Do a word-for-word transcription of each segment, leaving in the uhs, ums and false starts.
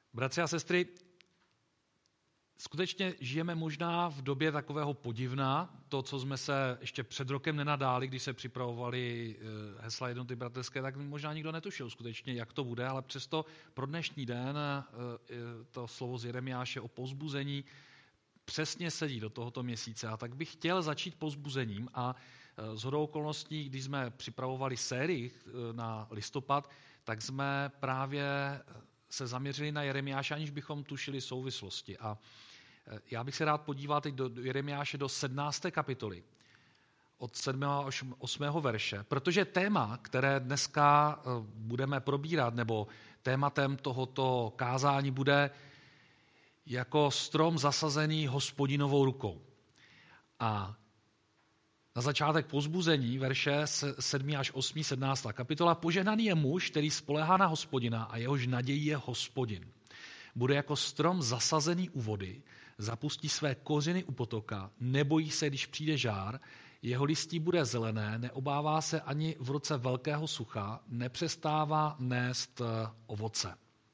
Bratři a sestry, skutečně žijeme možná v době takového podivna, to, co jsme se ještě před rokem nenadáli, když se připravovali hesla jednoty bratrské, tak možná nikdo netušil skutečně, jak to bude, ale přesto pro dnešní den to slovo z Jeremiáše o povzbuzení přesně sedí do tohoto měsíce. A tak bych chtěl začít povzbuzením a shodou okolností, když jsme připravovali sérii na listopad, tak jsme právě se zaměřili na Jeremiáše, aniž bychom tušili souvislosti. A já bych se rád podíval teď do Jeremiáše do sedmnácté kapitoly, od sedmého až osmého verše, protože téma, které dneska budeme probírat, nebo tématem tohoto kázání bude jako strom zasazený Hospodinovou rukou. A na začátek povzbuzení, verše sedmý až osmý, sedmnáctá kapitola, požehnaný je muž, který spoléhá na Hospodina a jehož nadějí je Hospodin. Bude jako strom zasazený u vody, zapustí své kořeny u potoka, nebojí se, když přijde žár, jeho listí bude zelené, neobává se ani v roce velkého sucha, nepřestává nést ovoce.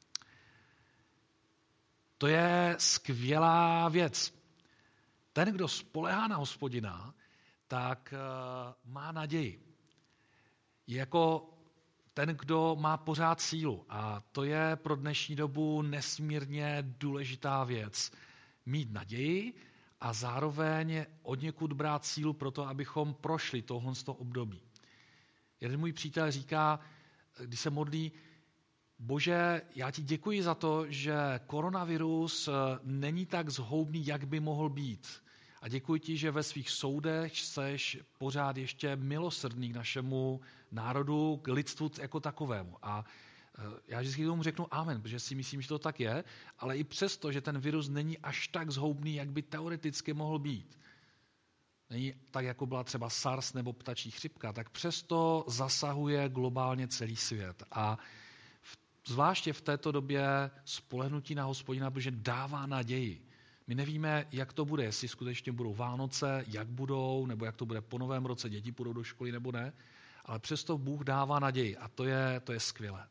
To je skvělá věc. Ten, kdo spoléhá na Hospodina, tak má naději. Je jako ten, kdo má pořád sílu. A to je pro dnešní dobu nesmírně důležitá věc. Mít naději a zároveň odněkud brát sílu pro to, abychom prošli tohle období. Jeden můj přítel říká, když se modlí, Bože, já ti děkuji za to, že koronavirus není tak zhoubný, jak by mohl být. A děkuji ti, že ve svých soudech seš pořád ještě milosrdný k našemu národu, k lidstvu jako takovému. A já vždycky tomu řeknu amen, protože si myslím, že to tak je, ale i přesto, že ten virus není až tak zhoubný, jak by teoreticky mohl být. Není tak, jako byla třeba SARS nebo ptačí chřipka, tak přesto zasahuje globálně celý svět. A v, zvláště v této době spolehnutí na Hospodina, protože dává naději. My nevíme, jak to bude, jestli skutečně budou Vánoce, jak budou, nebo jak to bude po novém roce, děti půjdou do školy nebo ne, ale přesto Bůh dává naději a to je, to je skvělé.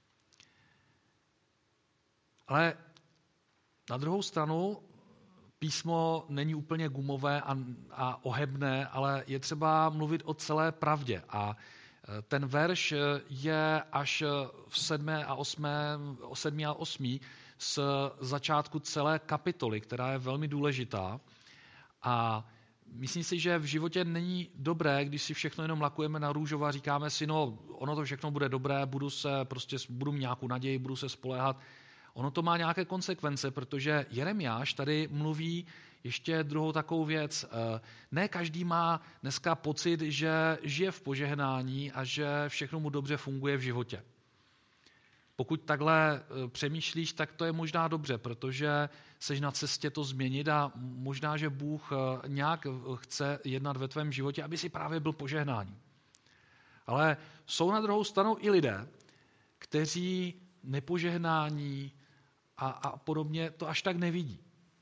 Ale na druhou stranu písmo není úplně gumové a, a ohebné, ale je třeba mluvit o celé pravdě. A ten verš je až v sedmé a osmé, sedmý a osmý z začátku celé kapitoly, která je velmi důležitá. A myslím si, že v životě není dobré, když si všechno jenom lakujeme na růžovo a říkáme si, no, ono to všechno bude dobré, budu se prostě budu mít nějakou naději, budu se spoléhat. Ono to má nějaké konsekvence, protože Jeremiáš tady mluví ještě druhou takovou věc. Ne každý má dneska pocit, že žije v požehnání a že všechno mu dobře funguje v životě. Pokud takhle přemýšlíš, tak to je možná dobře, protože seš na cestě to změnit a možná, že Bůh nějak chce jednat ve tvém životě, aby si právě byl požehnání. Ale jsou na druhou stranu i lidé, kteří nepožehnání a, a podobně to až tak nevidí.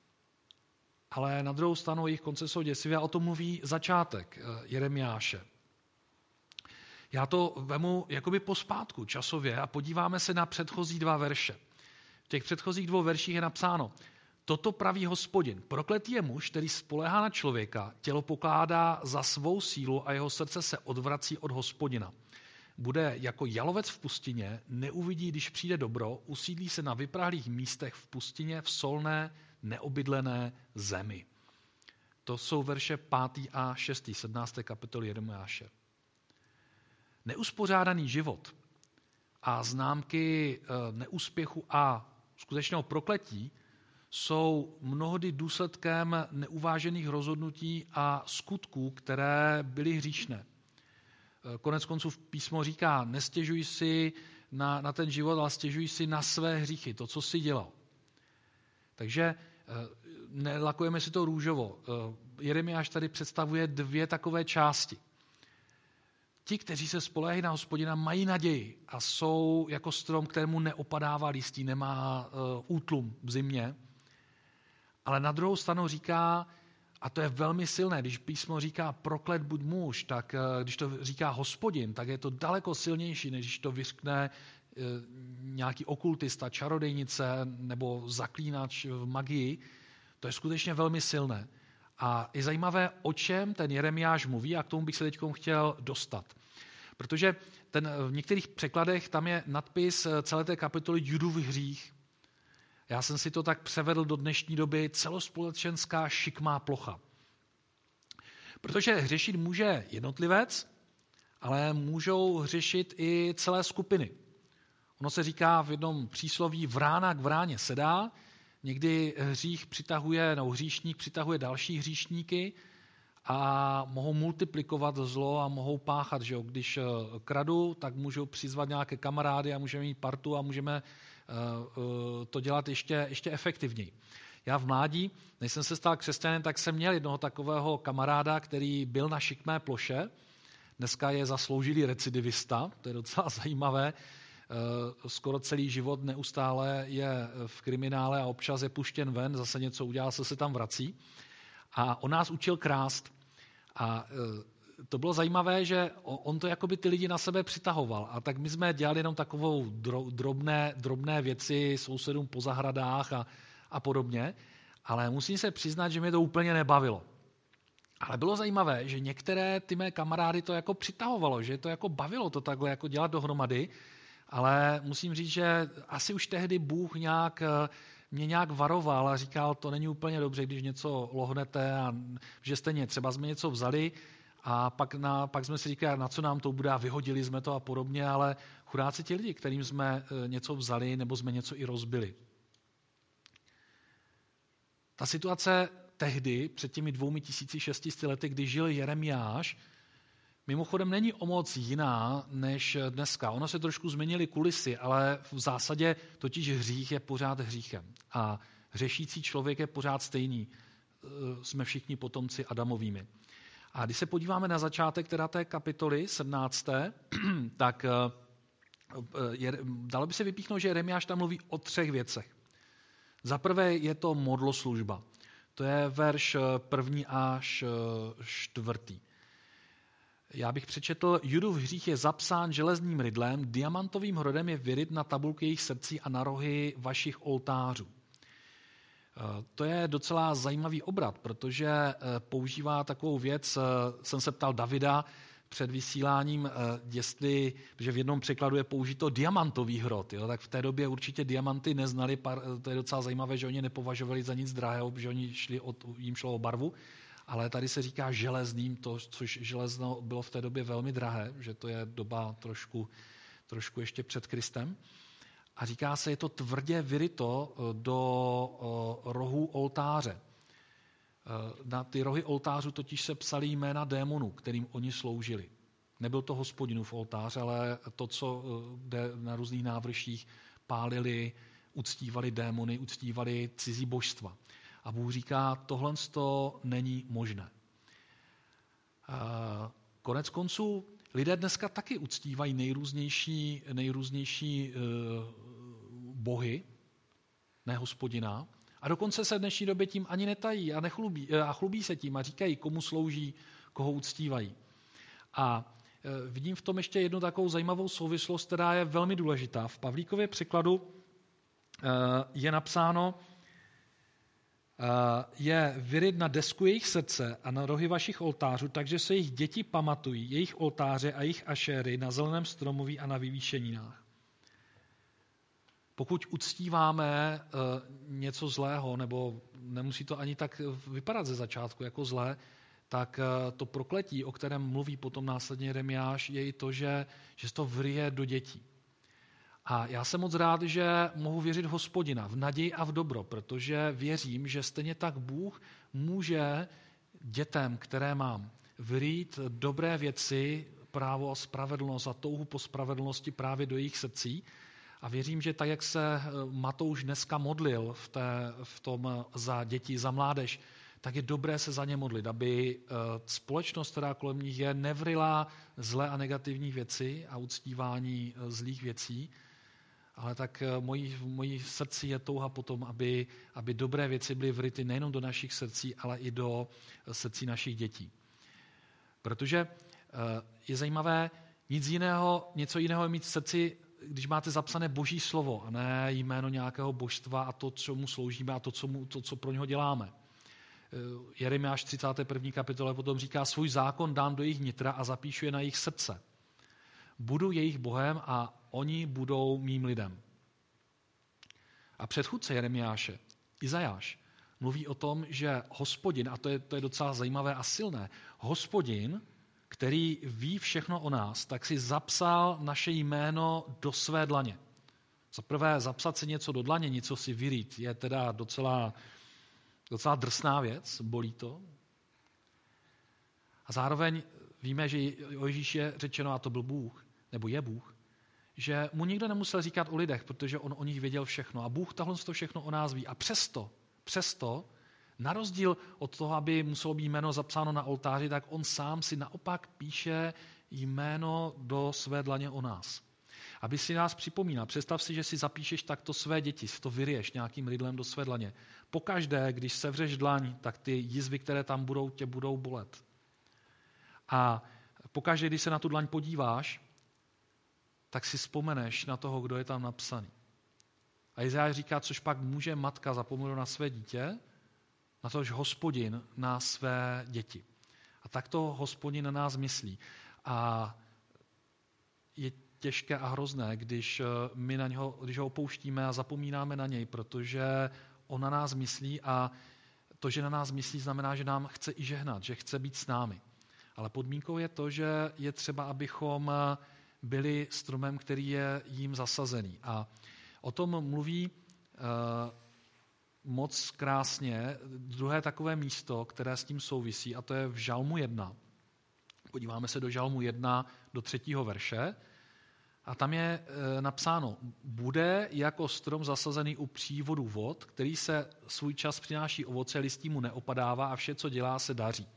Ale na druhou stranu jejich konce jsou děsivé a o tom mluví začátek Jeremiáše. Já to vemu jakoby pospátku časově a podíváme se na předchozí dva verše. V těch předchozích dvou verších je napsáno: Toto praví Hospodin, prokletý je muž, který spoléhá na člověka, tělo pokládá za svou sílu a jeho srdce se odvrací od Hospodina. Bude jako jalovec v pustině, neuvidí, když přijde dobro, usídlí se na vyprahlých místech v pustině v solné, neobydlené zemi. To jsou verše pátý a šestý, sedmnácté kapitoly Jeremiáše. Neuspořádaný život a známky neúspěchu a skutečného prokletí jsou mnohdy důsledkem neuvážených rozhodnutí a skutků, které byly hříšné. Konec konců písmo říká, nestěžuj si na, na ten život, ale stěžuj si na své hříchy, to, co jsi dělal. Takže nelakujeme si to růžovo. Jeremiáš tady představuje dvě takové části. Ti, kteří se spoléhají na Hospodina, mají naději a jsou jako strom, kterému neopadává listí, nemá útlum v zimě. Ale na druhou stranu říká, a to je velmi silné, když písmo říká proklet buď muž, tak když to říká Hospodin, tak je to daleko silnější, než když to vyřkne nějaký okultista, čarodejnice nebo zaklínač v magii, to je skutečně velmi silné. A je zajímavé, o čem ten Jeremiáš mluví a k tomu bych se teď chtěl dostat. Protože ten, v některých překladech tam je nadpis celé té kapitoly Judův hřích. Já jsem si to tak převedl do dnešní doby celospolečenská šikmá plocha. Protože hřešit může jednotlivec, ale můžou hřešit i celé skupiny. Ono se říká v jednom přísloví vrána k vráně sedá, někdy hřích přitahuje, nebo hříšník přitahuje další hříšníky a mohou multiplikovat zlo a mohou páchat. Že jo? Když kradu, tak můžou přizvat nějaké kamarády a můžeme mít partu a můžeme to dělat ještě, ještě efektivněji. Já v mládí, než jsem se stal křesťanem, tak jsem měl jednoho takového kamaráda, který byl na šikmé ploše. Dneska je zasloužilý recidivista, to je docela zajímavé. Skoro celý život neustále je v kriminále a občas je puštěn ven, zase něco udělal, se se tam vrací. A on nás učil krást. A to bylo zajímavé, že on to jakoby ty lidi na sebe přitahoval. A tak my jsme dělali jenom takovou drobné, drobné věci sousedům po zahradách a, a podobně. Ale musím se přiznat, že mě to úplně nebavilo. Ale bylo zajímavé, že některé ty mé kamarády to jako přitahovalo, že to jako bavilo to takhle jako dělat dohromady, ale musím říct, že asi už tehdy Bůh nějak, mě nějak varoval a říkal, to není úplně dobře, když něco lohnete a že stejně třeba jsme něco vzali a pak, na, pak jsme si říkali, na co nám to bude a vyhodili jsme to a podobně, ale chudáci ti lidi, kterým jsme něco vzali nebo jsme něco i rozbili. Ta situace tehdy, před těmi dvoumi tisíci šestisty lety, kdy žil Jeremiáš, mimochodem není o moc jiná než dneska. Ono se trošku změnily kulisy, ale v zásadě totiž hřích je pořád hříchem. A hřešící člověk je pořád stejný. Jsme všichni potomci Adamovými. A když se podíváme na začátek teda té kapitoly sedmnácté tak je, dalo by se vypíchnout, že Jeremiáš tam mluví o třech věcech. Za prvé je to modloslužba. To je verš první až čtvrtý. Já bych přečetl, Judův hřích je zapsán železným rydlem, diamantovým hrodem je vyryt na tabulky jejich srdcí a na rohy vašich oltářů. To je docela zajímavý obrat, protože používá takovou věc, jsem se ptal Davida před vysíláním, jestli, že v jednom překladu je použito diamantový hrot, jo, tak v té době určitě diamanty neznali, to je docela zajímavé, že oni nepovažovali za nic drahého, že oni šli o, jim šlo o barvu, ale tady se říká železným, to, což železno bylo v té době velmi drahé, že to je doba trošku, trošku ještě před Kristem. A říká se, je to tvrdě vyryto do rohů oltáře. Na ty rohy oltářů totiž se psaly jména démonů, kterým oni sloužili. Nebyl to Hospodinův oltář, ale to, co kde na různých návrších pálili, uctívali démony, uctívali cizí božstva. A Bůh říká, tohle to není možné. Konec konců lidé dneska taky uctívají nejrůznější, nejrůznější bohy, ne Hospodina, a dokonce se v dnešní době tím ani netají a, nechlubí, a chlubí se tím a říkají, komu slouží, koho uctívají. A vidím v tom ještě jednu takovou zajímavou souvislost, která je velmi důležitá. V Pavlíkově překladu je napsáno, je vyryt na desku jejich srdce a na rohy vašich oltářů, takže se jejich děti pamatují, jejich oltáře a jejich ašéry na zeleném stromoví a na vyvýšeninách. Pokud uctíváme něco zlého, nebo nemusí to ani tak vypadat ze začátku jako zlé, tak to prokletí, o kterém mluví potom následně Jeremiáš, je i to, že, že se to vryje do dětí. A já jsem moc rád, že mohu věřit v Hospodina, v naději a v dobro, protože věřím, že stejně tak Bůh může dětem, které mám, vyrýt dobré věci, právo a spravedlnost a touhu po spravedlnosti právě do jejich srdcí. A věřím, že tak, jak se Matouš dneska modlil v, té, v tom za děti, za mládež, tak je dobré se za ně modlit, aby společnost, která kolem nich je, nevryla zlé a negativní věci a uctívání zlých věcí, ale tak mojí, v mojí srdci je touha potom, aby, aby dobré věci byly vryty nejenom do našich srdcí, ale i do srdcí našich dětí. Protože je zajímavé, nic jiného, něco jiného je mít v srdci když máte zapsané Boží slovo a ne jméno nějakého božstva a to, co mu sloužíme a to, co, mu, to, co pro něho děláme. Jeremiáš třicáté první kapitole potom říká, svůj zákon dám do jejich nitra a zapíšu je na jejich srdce. Budu jejich Bohem a oni budou mým lidem. A předchůdce Jeremiáše, Izajáš, mluví o tom, že Hospodin, a to je, to je docela zajímavé a silné, Hospodin, který ví všechno o nás, tak si zapsal naše jméno do své dlaně. Za prvé, zapsat si něco do dlaně, něco si vyrýt, je teda docela, docela drsná věc, bolí to. A zároveň víme, že o Ježíši je řečeno, a to byl Bůh, nebo je Bůh, že mu nikdo nemusel říkat o lidech, protože on o nich věděl všechno. A Bůh tohle to všechno o nás ví. A přesto, přesto, na rozdíl od toho, aby muselo být jméno zapsáno na oltáři, tak on sám si naopak píše jméno do své dlaně o nás. Aby si nás připomínal, představ si, že si zapíšeš takto své děti, si to vyryješ nějakým rydlem do své dlaně. Pokaždé, když sevřeš dlaň, tak ty jizvy, které tam budou, tě budou bolet. A pokaždé, když se na tu dlaň podíváš, tak si vzpomeneš na toho, kdo je tam napsaný. A Izajáš říká, což pak může matka zapomenout na své dítě, na to, že Hospodin na své děti. A tak to Hospodin na nás myslí. A je těžké a hrozné, když my na něho, když ho opouštíme a zapomínáme na něj, protože on na nás myslí a to, že na nás myslí, znamená, že nám chce i žehnat, že chce být s námi. Ale podmínkou je to, že je třeba, abychom byli stromem, který je jím zasazený. A o tom mluví uh, moc krásně druhé takové místo, které s tím souvisí, a to je v Žalmu jedna. Podíváme se do Žalmu jedna, do třetího verše. A tam je e, napsáno, bude jako strom zasazený u přívodu vod, který se svůj čas přináší ovoce, listí mu neopadává a vše, co dělá, se daří.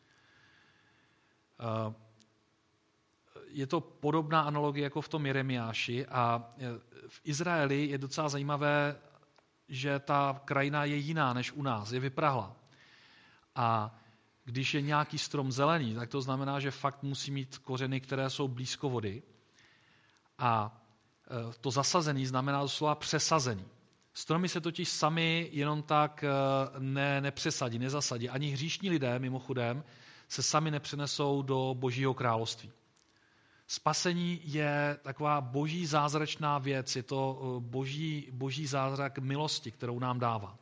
E, je to podobná analogie jako v tom Jeremiáši a v Izraeli je docela zajímavé, že ta krajina je jiná než u nás, je vyprahlá. A když je nějaký strom zelený, tak to znamená, že fakt musí mít kořeny, které jsou blízko vody. A to zasazený znamená doslova přesazený. Stromy se totiž sami jenom tak ne, nepřesadí, nezasadí. Ani hříšní lidé, mimochodem, se sami nepřenesou do Božího království. Spasení je taková boží zázračná věc, je to boží, boží zázrak milosti, kterou nám dává.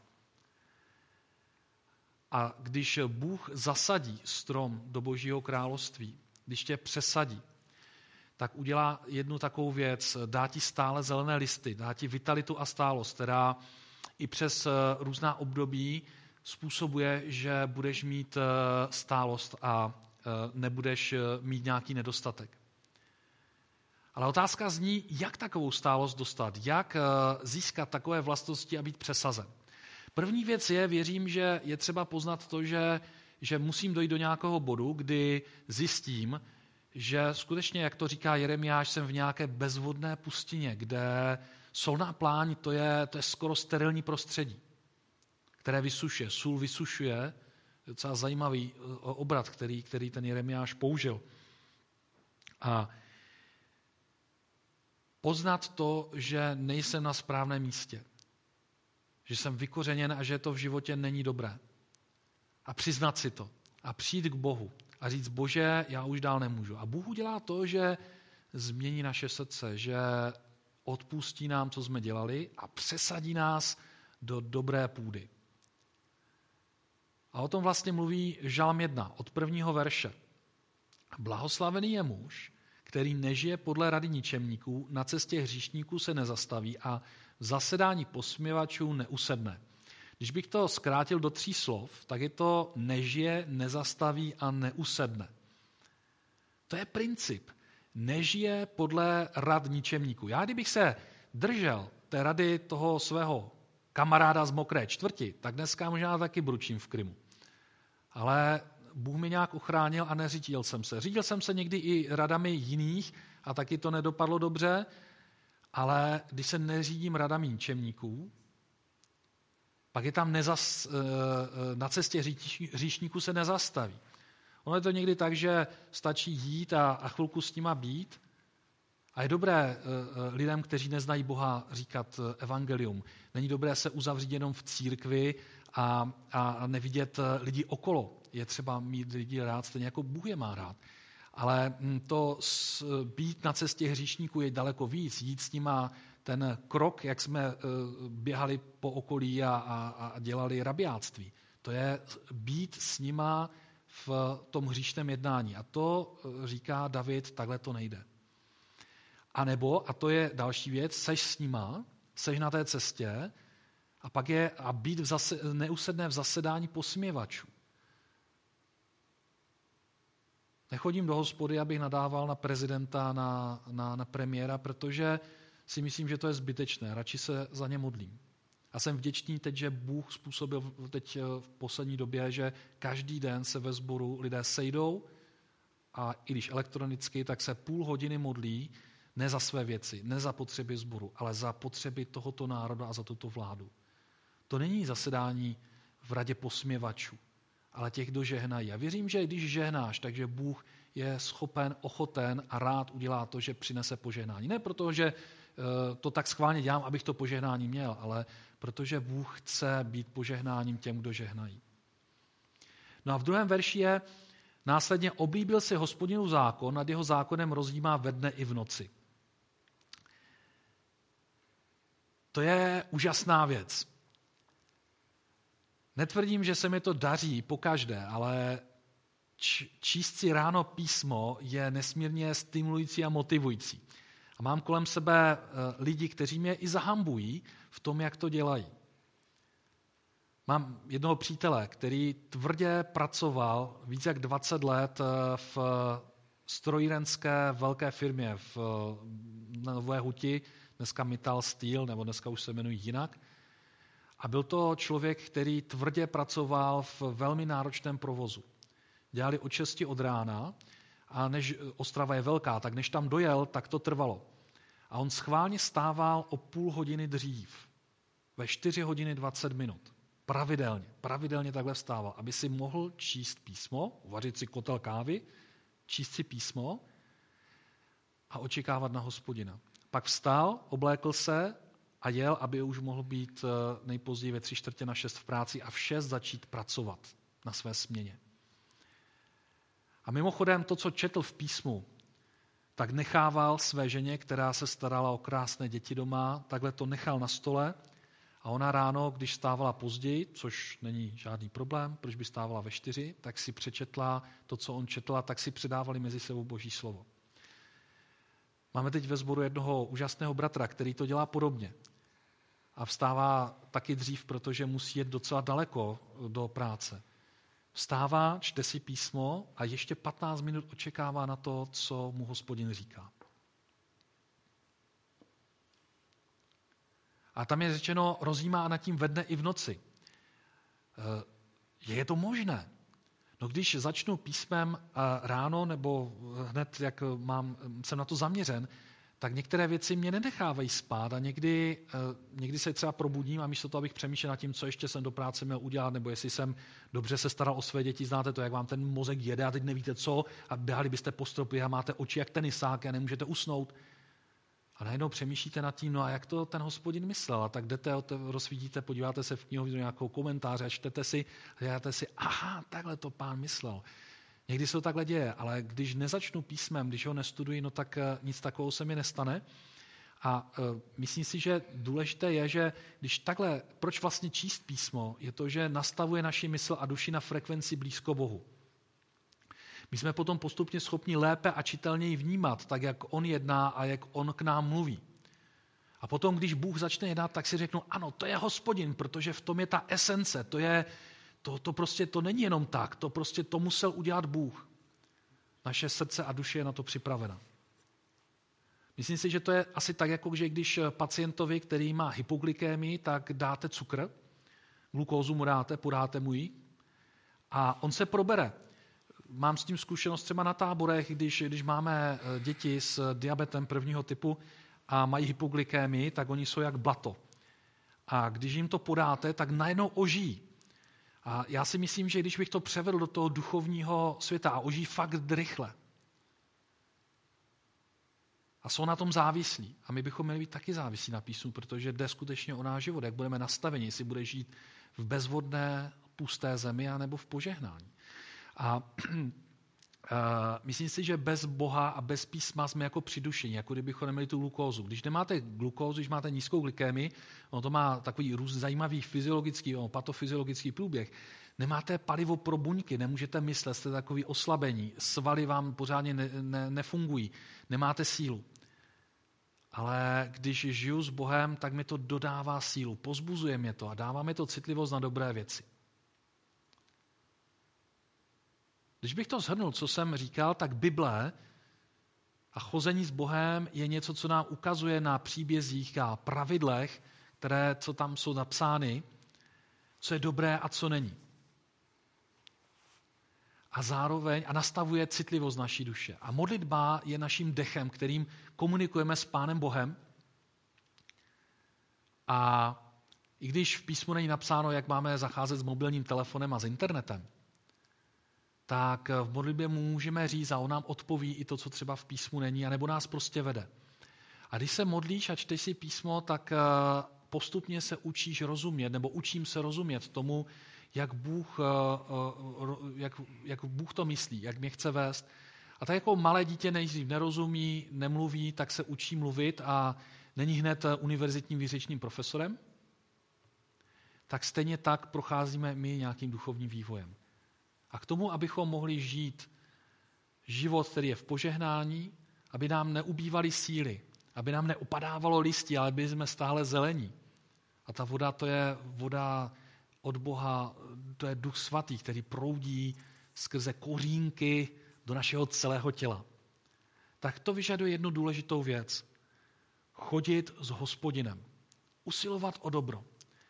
A když Bůh zasadí strom do Božího království, když tě přesadí, tak udělá jednu takovou věc, dá ti stále zelené listy, dá ti vitalitu a stálost, která i přes různá období způsobuje, že budeš mít stálost a nebudeš mít nějaký nedostatek. Ale otázka zní, jak takovou stálost dostat, jak získat takové vlastnosti a být přesazen. První věc je, věřím, že je třeba poznat to, že, že musím dojít do nějakého bodu, kdy zjistím, že skutečně, jak to říká Jeremiáš, jsem v nějaké bezvodné pustině, kde solná pláň, to je, to je skoro sterilní prostředí, které vysušuje. Sůl vysušuje, je docela zajímavý obrat, který, který ten Jeremiáš použil. A poznat to, že nejsem na správném místě, že jsem vykořeněn a že to v životě není dobré. A přiznat si to. A přijít k Bohu. A říct, Bože, já už dál nemůžu. A Bůh udělá to, že změní naše srdce, že odpustí nám, co jsme dělali a přesadí nás do dobré půdy. A o tom vlastně mluví Žalm jedna od prvního verše. Blahoslavený je muž, který nežije podle rady ničemníků, na cestě hříšníků se nezastaví a v zasedání posměvačů neusedne. Když bych to zkrátil do tří slov, tak je to nežije, nezastaví a neusedne. To je princip. Nežije podle rad ničemníků. Já kdybych se držel té rady toho svého kamaráda z mokré čtvrti, tak dneska možná taky bručím v Krymu. Ale Bůh mi nějak uchránil a neřídil jsem se. Řídil jsem se někdy i radami jiných a taky to nedopadlo dobře, ale když se neřídím radami ničemníků, pak je tam nezas, na cestě hříšníků se nezastaví. Ono je to někdy tak, že stačí jít a, a chvilku s nima být A je dobré lidem, kteří neznají Boha, říkat evangelium. Není dobré se uzavřít jenom v církvi a, a nevidět lidi okolo. Je třeba mít lidi rád, stejně jako Bůh je má rád. Ale to být na cestě hříšníků je daleko víc. Jít s nima ten krok, jak jsme běhali po okolí a, a, a dělali rabiáctví. To je být s nima v tom hříšném jednání. A to říká David, takhle to nejde. A nebo, a to je další věc, seš s nima, seš na té cestě a pak je a být v zase, neusedné v zasedání posměvačů. Nechodím do hospody, abych nadával na prezidenta, na, na, na premiéra, protože si myslím, že to je zbytečné. Radši se za ně modlím. A jsem vděčný teď, že Bůh způsobil teď v poslední době, že každý den se ve sboru lidé sejdou a i když elektronicky, tak se půl hodiny modlí ne za své věci, ne za potřeby sboru, ale za potřeby tohoto národa a za tuto vládu. To není zasedání v radě posměvačů, ale těch, kdo žehnají. A věřím, že když žehnáš, takže Bůh je schopen, ochoten a rád udělá to, že přinese požehnání. Ne proto, že to tak schválně dělám, abych to požehnání měl, ale protože Bůh chce být požehnáním těm, kdo žehnají. No a v druhém verši je následně oblíbil si Hospodinův zákon, nad jeho zákonem rozjímá ve dne i v noci. To je úžasná věc. Netvrdím, že se mi to daří pokaždé, ale číst si ráno písmo je nesmírně stimulující a motivující. A mám kolem sebe lidi, kteří mě i zahambují v tom, jak to dělají. Mám jednoho přítele, který tvrdě pracoval víc jak dvacet let v strojírenské velké firmě v Nové Huti, dneska Mittal Steel, nebo dneska už se jmenují jinak. A byl to člověk, který tvrdě pracoval v velmi náročném provozu. Dělali od šesti od rána a než Ostrava je velká, tak než tam dojel, tak to trvalo. A on schválně stával o půl hodiny dřív, ve čtyři hodiny dvacet minut. Pravidelně, pravidelně takhle vstával, aby si mohl číst písmo, uvařit si kotel kávy, číst si písmo a očekávat na Hospodina. Pak vstal, oblékl se a jel, aby už mohl být nejpozději ve tři čtvrtě na šest v práci a v šest začít pracovat na své směně. A mimochodem to, co četl v písmu, tak nechával své ženě, která se starala o krásné děti doma, takhle to nechal na stole a ona ráno, když stávala později, což není žádný problém, proč by stávala ve čtyři, tak si přečetla to, co on četla, tak si předávali mezi sebou Boží slovo. Máme teď ve sboru jednoho úžasného bratra, který to dělá podobně. A vstává taky dřív, protože musí jet docela daleko do práce. Vstává, čte si písmo a ještě patnáct minut očekává na to, co mu Hospodin říká. A tam je řečeno, rozjímá nad tím ve dne i v noci. Je to možné? No když začnu písmem ráno nebo hned, jak mám, jsem na to zaměřen, tak některé věci mě nenechávají spát a někdy, někdy se třeba probudím a místo toho, abych přemýšlel nad tím, co ještě jsem do práce měl udělat, nebo jestli jsem dobře se staral o své děti, znáte to, jak vám ten mozek jede a teď nevíte co a běhali byste po stropě a máte oči jak tenisák a nemůžete usnout. A najednou přemýšlíte nad tím, no a jak to ten Hospodin myslel. A tak jdete, rozsvítíte, podíváte se v knihovně do nějakou komentáře a čtete si a říkáte si, aha, takhle to Pán myslel. Někdy se to takhle děje, ale když nezačnu písmem, když ho nestuduji, no tak nic takového se mi nestane. A uh, myslím si, že důležité je, že když takhle, proč vlastně číst písmo, je to, že nastavuje naši mysl a duši na frekvenci blízko Bohu. My jsme potom postupně schopni lépe a čitelněji vnímat, tak jak on jedná a jak on k nám mluví. A potom, když Bůh začne jednat, tak si řeknu, ano, to je Hospodin, protože v tom je ta esence, to je, to, to prostě, to není jenom tak, to prostě to musel udělat Bůh. Naše srdce a duše je na to připravena. Myslím si, že to je asi tak, jako že když pacientovi, který má hypoglykémii, tak dáte cukr, glukózu mu dáte, podáte mu ji a on se probere. Mám s tím zkušenost třeba na táborech, když, když máme děti s diabetem prvního typu a mají hypoglykémii, tak oni jsou jak blato. A když jim to podáte, tak najednou ožijí. A já si myslím, že když bych to převedl do toho duchovního světa a ožijí fakt rychle. A A jsou na tom závislí. A my bychom měli být taky závislí na písmu, protože jde skutečně o náš život, jak budeme nastaveni, jestli bude žít v bezvodné, pusté zemi, anebo v požehnání. A Uh, myslím si, že bez Boha a bez písma jsme jako přidušení, jako kdybychom neměli tu glukózu. Když nemáte glukózu, když máte nízkou glykémii, ono to má takový růz zajímavý fyziologický, ono, patofyziologický průběh, nemáte palivo pro buňky, nemůžete myslet, jste takový oslabení, svaly vám pořádně ne, ne, nefungují, nemáte sílu. Ale když žiju s Bohem, tak mi to dodává sílu, pozbuzuje mě to a dává mi to citlivost na dobré věci. Když bych to shrnul, co jsem říkal, tak Bible a chození s Bohem je něco, co nám ukazuje na příbězích a pravidlech, které, co tam jsou napsány, co je dobré a co není. A zároveň a nastavuje citlivost naší duše. A modlitba je naším dechem, kterým komunikujeme s Pánem Bohem. A i když v písmu není napsáno, jak máme zacházet s mobilním telefonem a s internetem, tak v modlitbě mu můžeme říct a on nám odpoví i to, co třeba v písmu není, anebo nás prostě vede. A když se modlíš a čteš si písmo, tak postupně se učíš rozumět, nebo učím se rozumět tomu, jak Bůh, jak, jak Bůh to myslí, jak mě chce vést. A tak jako malé dítě nejdřív nerozumí, nemluví, tak se učí mluvit a není hned univerzitním výřečním profesorem, tak stejně tak procházíme my nějakým duchovním vývojem. A k tomu, abychom mohli žít život, který je v požehnání, aby nám neubývaly síly, aby nám neupadávalo listí, ale aby jsme stále zelení. A ta voda, to je voda od Boha, to je Duch Svatý, který proudí skrze kořínky do našeho celého těla. Tak to vyžaduje jednu důležitou věc. Chodit s Hospodinem. Usilovat o dobro.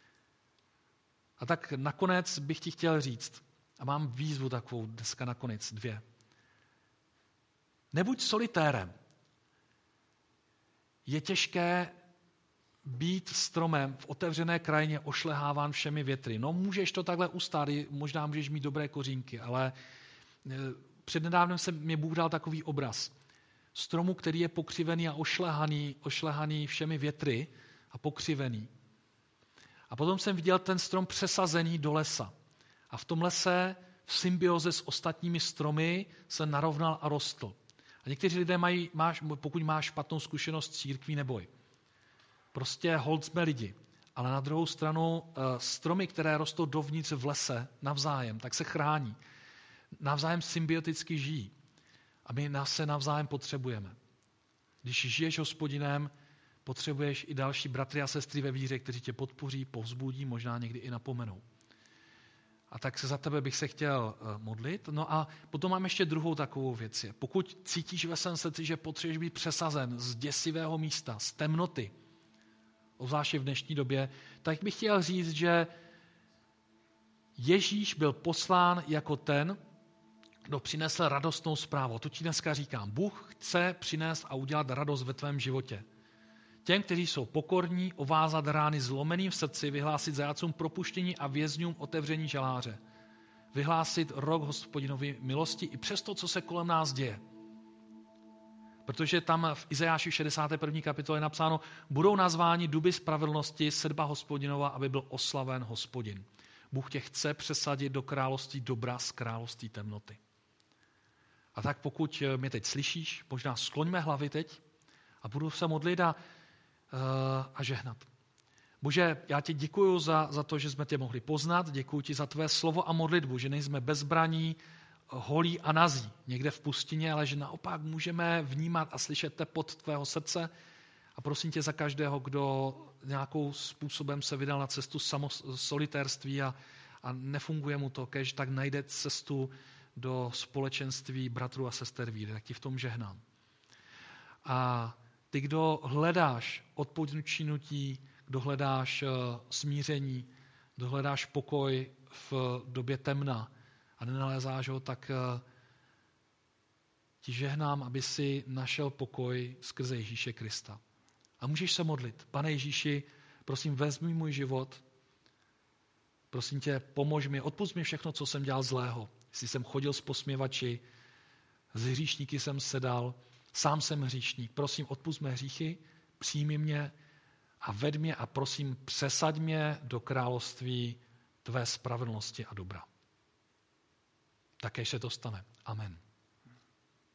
A tak nakonec bych ti chtěl říct, a mám výzvu takovou dneska nakonec, dvě. Nebuď solitérem. Je těžké být stromem v otevřené krajině ošleháván všemi větry. No můžeš to takhle ustát, možná můžeš mít dobré kořínky, ale přednedávnem se mě Bůh dal takový obraz. Stromu, který je pokřivený a ošlehaný, ošlehaný všemi větry a pokřivený. A potom jsem viděl ten strom přesazený do lesa. A v tom lese v symbioze s ostatními stromy se narovnal a rostl. A někteří lidé mají, máš, pokud máš špatnou zkušenost s církví, neboj. Prostě holt jsme lidi. Ale na druhou stranu stromy, které rostou dovnitř v lese navzájem, tak se chrání. Navzájem symbioticky žijí. A my nás se navzájem potřebujeme. Když žiješ Hospodinem, potřebuješ i další bratry a sestry ve víře, kteří tě podpoří, povzbudí, možná někdy i napomenou. A tak se za tebe bych se chtěl modlit. No a potom mám ještě druhou takovou věc. Pokud cítíš ve svém srdci, že potřebuješ být přesazen z děsivého místa, z temnoty, obzvláště v dnešní době, tak bych chtěl říct, že Ježíš byl poslán jako ten, kdo přinesl radostnou zprávu. To ti dneska říkám. Bůh chce přinést a udělat radost ve tvém životě. Těm, kteří jsou pokorní, ovázat rány zlomeným v srdci, vyhlásit zajatcům propuštění a vězňům otevření žaláře. Vyhlásit rok Hospodinovi milosti i přes to, co se kolem nás děje. Protože tam v Izajáši šedesáté první kapitole je napsáno, budou nazváni duby spravedlnosti, sedba Hospodinova, aby byl oslaven Hospodin. Bůh tě chce přesadit do království dobra z království temnoty. A tak pokud mě teď slyšíš, možná skloňme hlavy teď a budu se modlit a a žehnat. Bože, já ti děkuju za, za to, že jsme tě mohli poznat, děkuju ti za tvé slovo a modlitbu, že nejsme bezbraní, holí a nazí někde v pustině, ale že naopak můžeme vnímat a slyšet tepot tvého srdce a prosím tě za každého, kdo nějakou způsobem se vydal na cestu solitérství a, a nefunguje mu to, kež tak najde cestu do společenství bratrů a sester víry, tak ti v tom žehnám. A ty, kdo hledáš odpočinutí, kdo hledáš smíření, kdo hledáš pokoj v době temna a nenalézáš ho, tak ti žehnám, aby si našel pokoj skrze Ježíše Krista. A můžeš se modlit. Pane Ježíši, prosím, vezmi můj život. Prosím tě, pomož mi, odpusť mi všechno, co jsem dělal zlého. Jestli jsem chodil s posměvači, s hříšníky jsem sedal, sám jsem hříšník, prosím, odpusť mé hříchy, přijmi mě a ved mě a prosím, přesaď mě do království tvé spravedlnosti a dobra. Také se to stane. Amen.